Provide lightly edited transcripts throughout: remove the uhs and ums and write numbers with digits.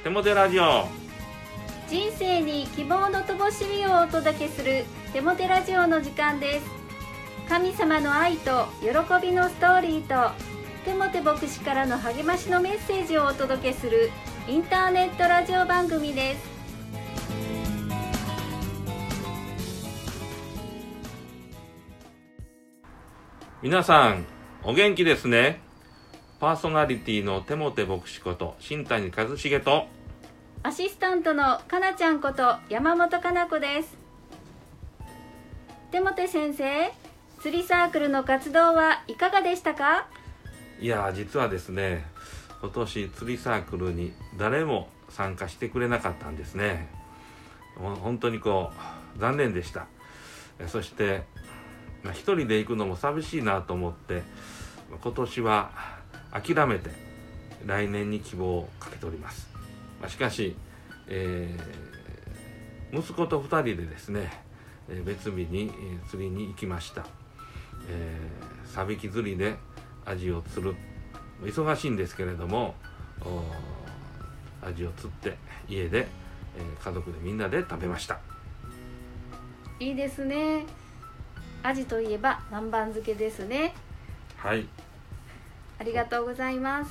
テモテラジオ。 人生に希望の灯火をお届けするテモテラジオの時間です。神様の愛と喜びのストーリーとテモテ牧師からの励ましのメッセージをお届けするインターネットラジオ番組です。 皆さんお元気ですね。パーソナリティのテモテ牧師こと新谷和重とアシスタントのかなちゃんこと山本かな子です。テモテ先生、釣りサークルの活動はいかがでしたか？ いや実はですね、今年釣りサークルに誰も参加してくれなかったんですね。本当に残念でした。そして一人で行くのも寂しいなと思って今年は諦めて来年に希望をかけております。しかし、息子と2人でですね、別日に釣りに行きました。サビキ釣りでアジを釣る、忙しいんですけれどもアジを釣って家で、家族でみんなで食べました。 いいですね。アジといえば南蛮漬けですね。 はい、 ありがとうございます。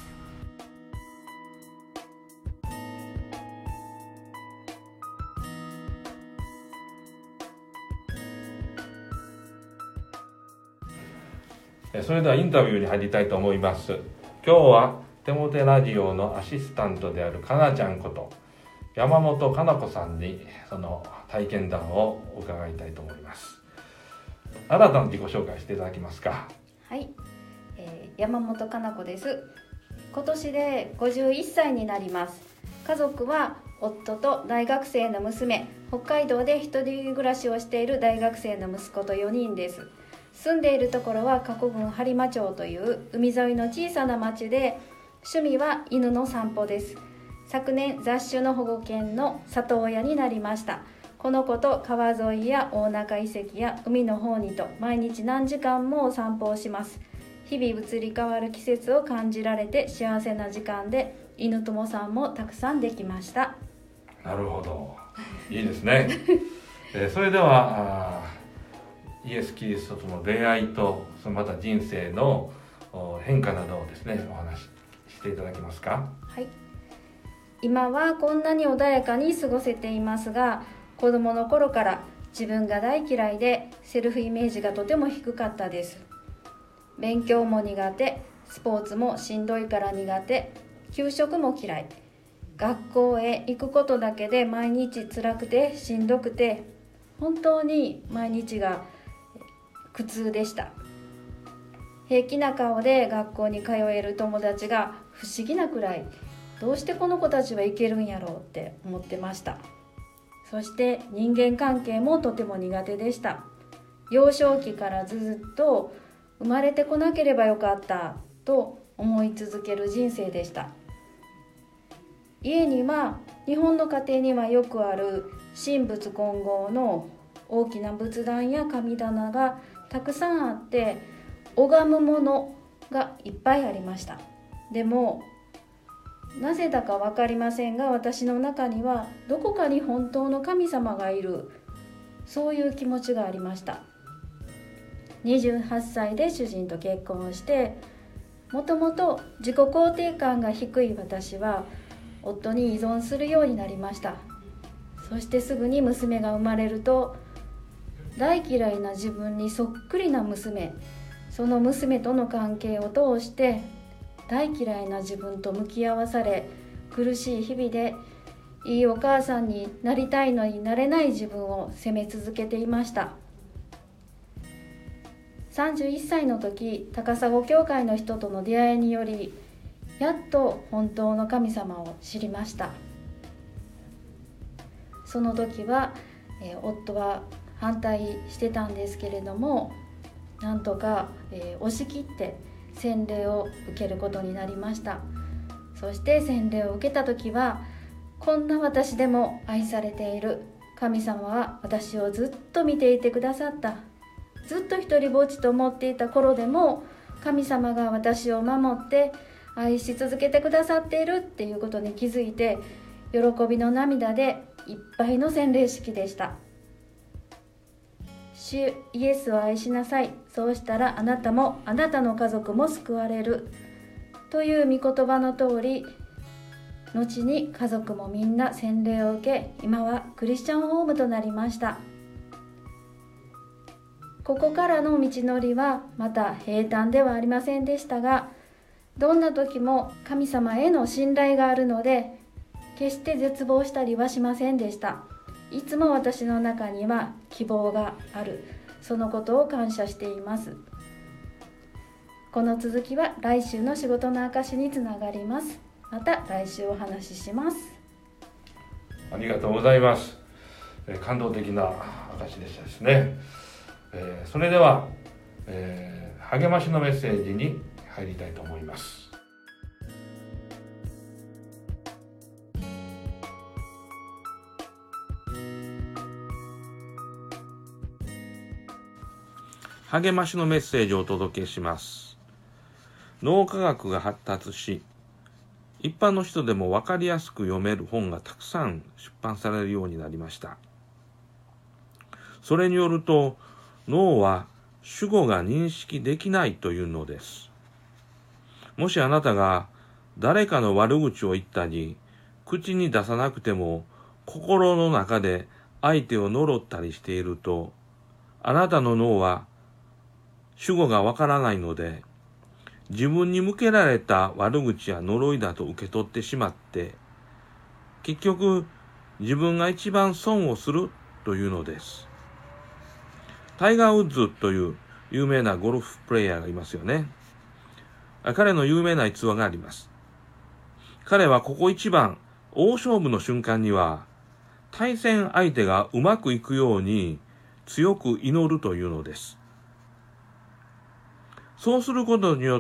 それではインタビューに入りたいと思います。今日はテモテラジオのアシスタントであるかなちゃんこと山本かな子さんにその体験談を伺いたいと思います。新たな自己紹介していただけますか？ はい、山本かな子です。今年で51歳になります。家族は夫と大学生の娘、北海道で一人暮らしをしている大学生の息子と4人です。住んでいるところは加古郡播磨町という海沿いの小さな町で、趣味は犬の散歩です。昨年雑種の保護犬の里親になりました。この子と川沿いや大中遺跡や海の方にと毎日何時間もお散歩をします。日々移り変わる季節を感じられて幸せな時間で、犬友さんもたくさんできました。 なるほど、いいですね。それではイエス・キリストとの出会いとそのまた人生の変化などをですねお話ししていただけますか？ はい、今はこんなに穏やかに過ごせていますが、子供の頃から自分が大嫌いでセルフイメージがとても低かったです。勉強も苦手、スポーツもしんどいから苦手、給食も嫌い、学校へ行くことだけで毎日辛くてしんどくて、本当に毎日が苦痛でした。平気な顔で学校に通える友達が不思議なくらい、どうしてこの子たちはいけるんやろうって思ってました。そして人間関係もとても苦手でした。幼少期からずっと生まれてこなければよかったと思い続ける人生でした。家には日本の家庭にはよくある神仏混合の大きな仏壇や神棚がたくさんあって、拝むものがいっぱいありました。でもなぜだか分かりませんが、私の中にはどこかに本当の神様がいる、そういう気持ちがありました。28歳で主人と結婚をして、もともと自己肯定感が低い私は夫に依存するようになりました。そしてすぐに娘が生まれると、大嫌いな自分にそっくりな娘、その娘との関係を通して大嫌いな自分と向き合わされ、苦しい日々でいいお母さんになりたいのになれない自分を責め続けていました。31歳の時、高砂教会の人との出会いにより、やっと本当の神様を知りました。その時は、夫は反対してたんですけれども、なんとか、押し切って洗礼を受けることになりました。そして洗礼を受けた時は、こんな私でも愛されている、神様は私をずっと見ていてくださった、ずっと一人ぼっちと思っていた頃でも神様が私を守って愛し続けてくださっているっていうことに気づいて、 喜びの涙でいっぱいの洗礼式でした。主イエスを愛しなさい、そうしたらあなたもあなたの家族も救われるという御言葉の通り、後に家族もみんな洗礼を受け、今はクリスチャンホームとなりました。ここからの道のりはまた平坦ではありませんでしたが、どんな時も神様への信頼があるので、決して絶望したりはしませんでした。いつも私の中には希望がある、そのことを感謝しています。この続きは来週の仕事の証につながります。また来週お話しします。 ありがとうございます。感動的な証でしたですね。それでは、励ましのメッセージに入りたいと思います。励ましのメッセージをお届けします。脳科学が発達し、一般の人でも分かりやすく読める本がたくさん出版されるようになりました。それによると、脳は主語が認識できないというのです。もしあなたが誰かの悪口を言ったり、口に出さなくても心の中で相手を呪ったりしていると、あなたの脳は主語がわからないので、自分に向けられた悪口や呪いだと受け取ってしまって、結局自分が一番損をするというのです。タイガー・ウッズという有名なゴルフプレイヤーがいますよね。彼の有名な逸話があります。彼はここ一番、大勝負の瞬間には、対戦相手がうまくいくように強く祈るというのです。そうすることによって、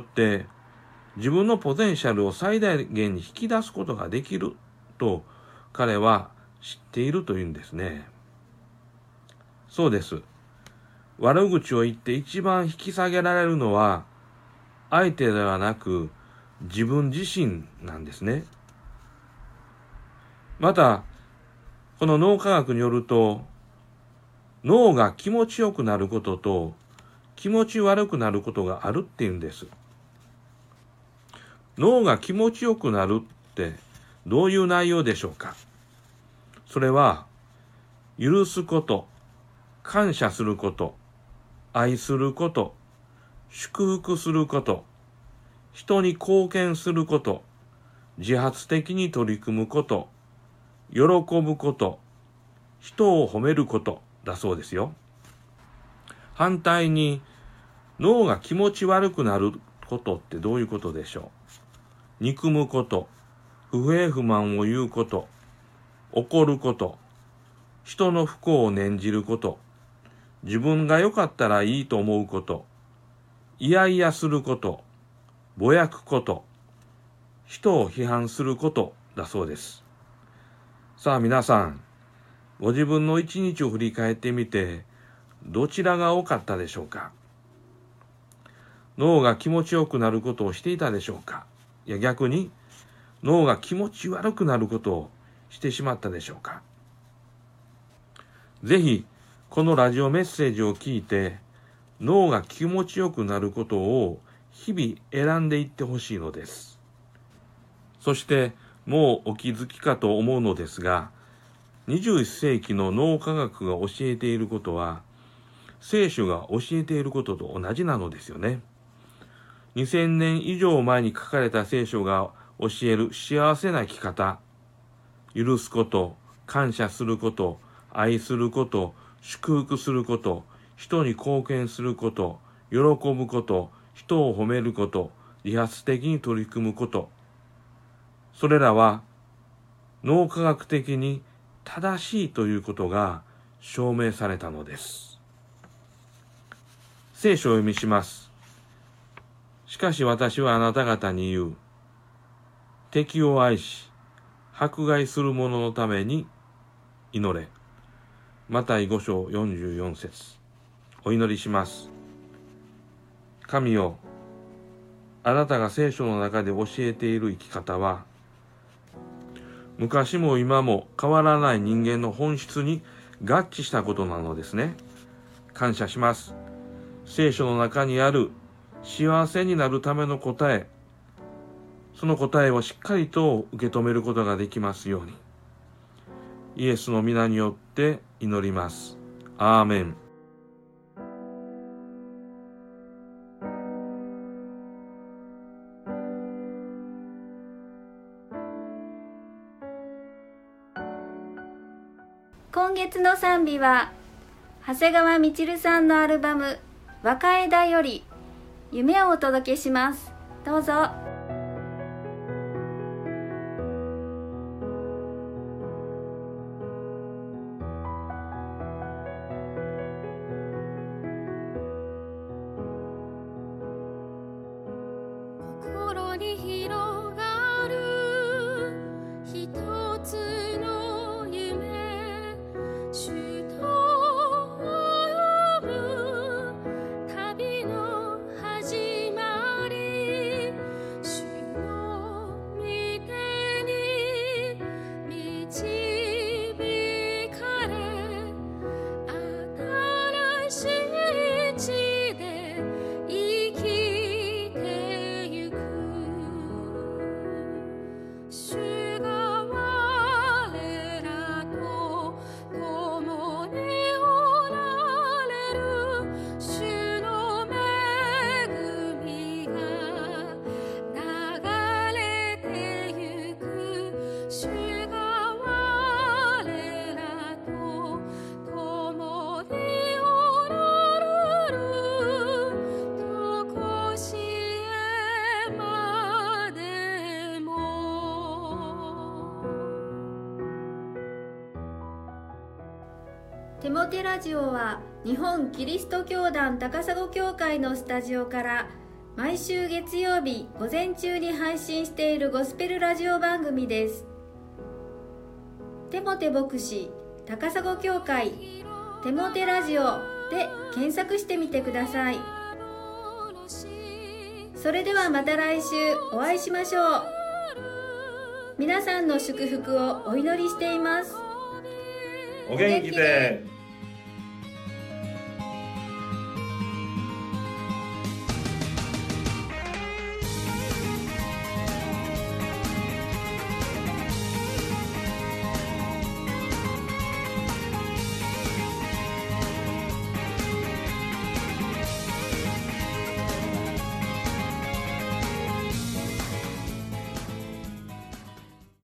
自分のポテンシャルを最大限に引き出すことができると彼は知っているというんですね。そうです。悪口を言って一番引き下げられるのは相手ではなく自分自身なんですね。また、この脳科学によると、脳が気持ちよくなることと気持ち悪くなることがあるっていうんです。脳が気持ちよくなるってどういう内容でしょうか。それは、許すこと、感謝すること、愛すること、祝福すること、人に貢献すること、自発的に取り組むこと、喜ぶこと、人を褒めることだそうですよ。反対に、脳が気持ち悪くなることってどういうことでしょう。憎むこと、不平不満を言うこと、怒ること、人の不幸を念じること、自分が良かったらいいと思うこと、いやいやすること、ぼやくこと、人を批判することだそうです。さあ皆さん、ご自分の一日を振り返ってみて、どちらが多かったでしょうか。脳が気持ちよくなることをしていたでしょうか。いや逆に、脳が気持ち悪くなることをしてしまったでしょうか。ぜひ、このラジオメッセージを聞いて、脳が気持ちよくなることを日々選んでいってほしいのです。そして、もうお気づきかと思うのですが、21世紀の脳科学が教えていることは、聖書が教えていることと同じなのですよね。2000年以上前に書かれた聖書が教える幸せな生き方、許すこと、感謝すること、愛すること、祝福すること、人に貢献すること、喜ぶこと、人を褒めること、自発的に取り組むこと、それらは脳科学的に正しいということが証明されたのです。聖書を読みします。しかし私はあなた方に言う。敵を愛し、迫害する者のために祈れ。マタイ5章44節。お祈りします。神よ、あなたが聖書の中で教えている生き方は、 昔も今も変わらない人間の本質に合致したことなのですね。感謝します。聖書の中にある幸せになるための答え、その答えをしっかりと受け止めることができますように。イエスの皆によって祈ります。アーメン。 今月の賛美は長谷川みちるさんのアルバム「若枝」より「夢」をお届けします。どうぞ。 心に広がる一つの夢、主と歩む旅の始まり、主の御手に導かれ、新しい地で生きてゆく。主が我らと共におられる。主の恵みが流れてゆく。主が我らと共におられる。とこしえまでも。 テモテラジオは日本キリスト教団高砂教会のスタジオから毎週月曜日午前中に配信しているゴスペルラジオ番組です。テモテ牧師高砂教会テモテラジオで検索してみてください。それではまた来週お会いしましょう。皆さんの祝福をお祈りしています。 お元気で。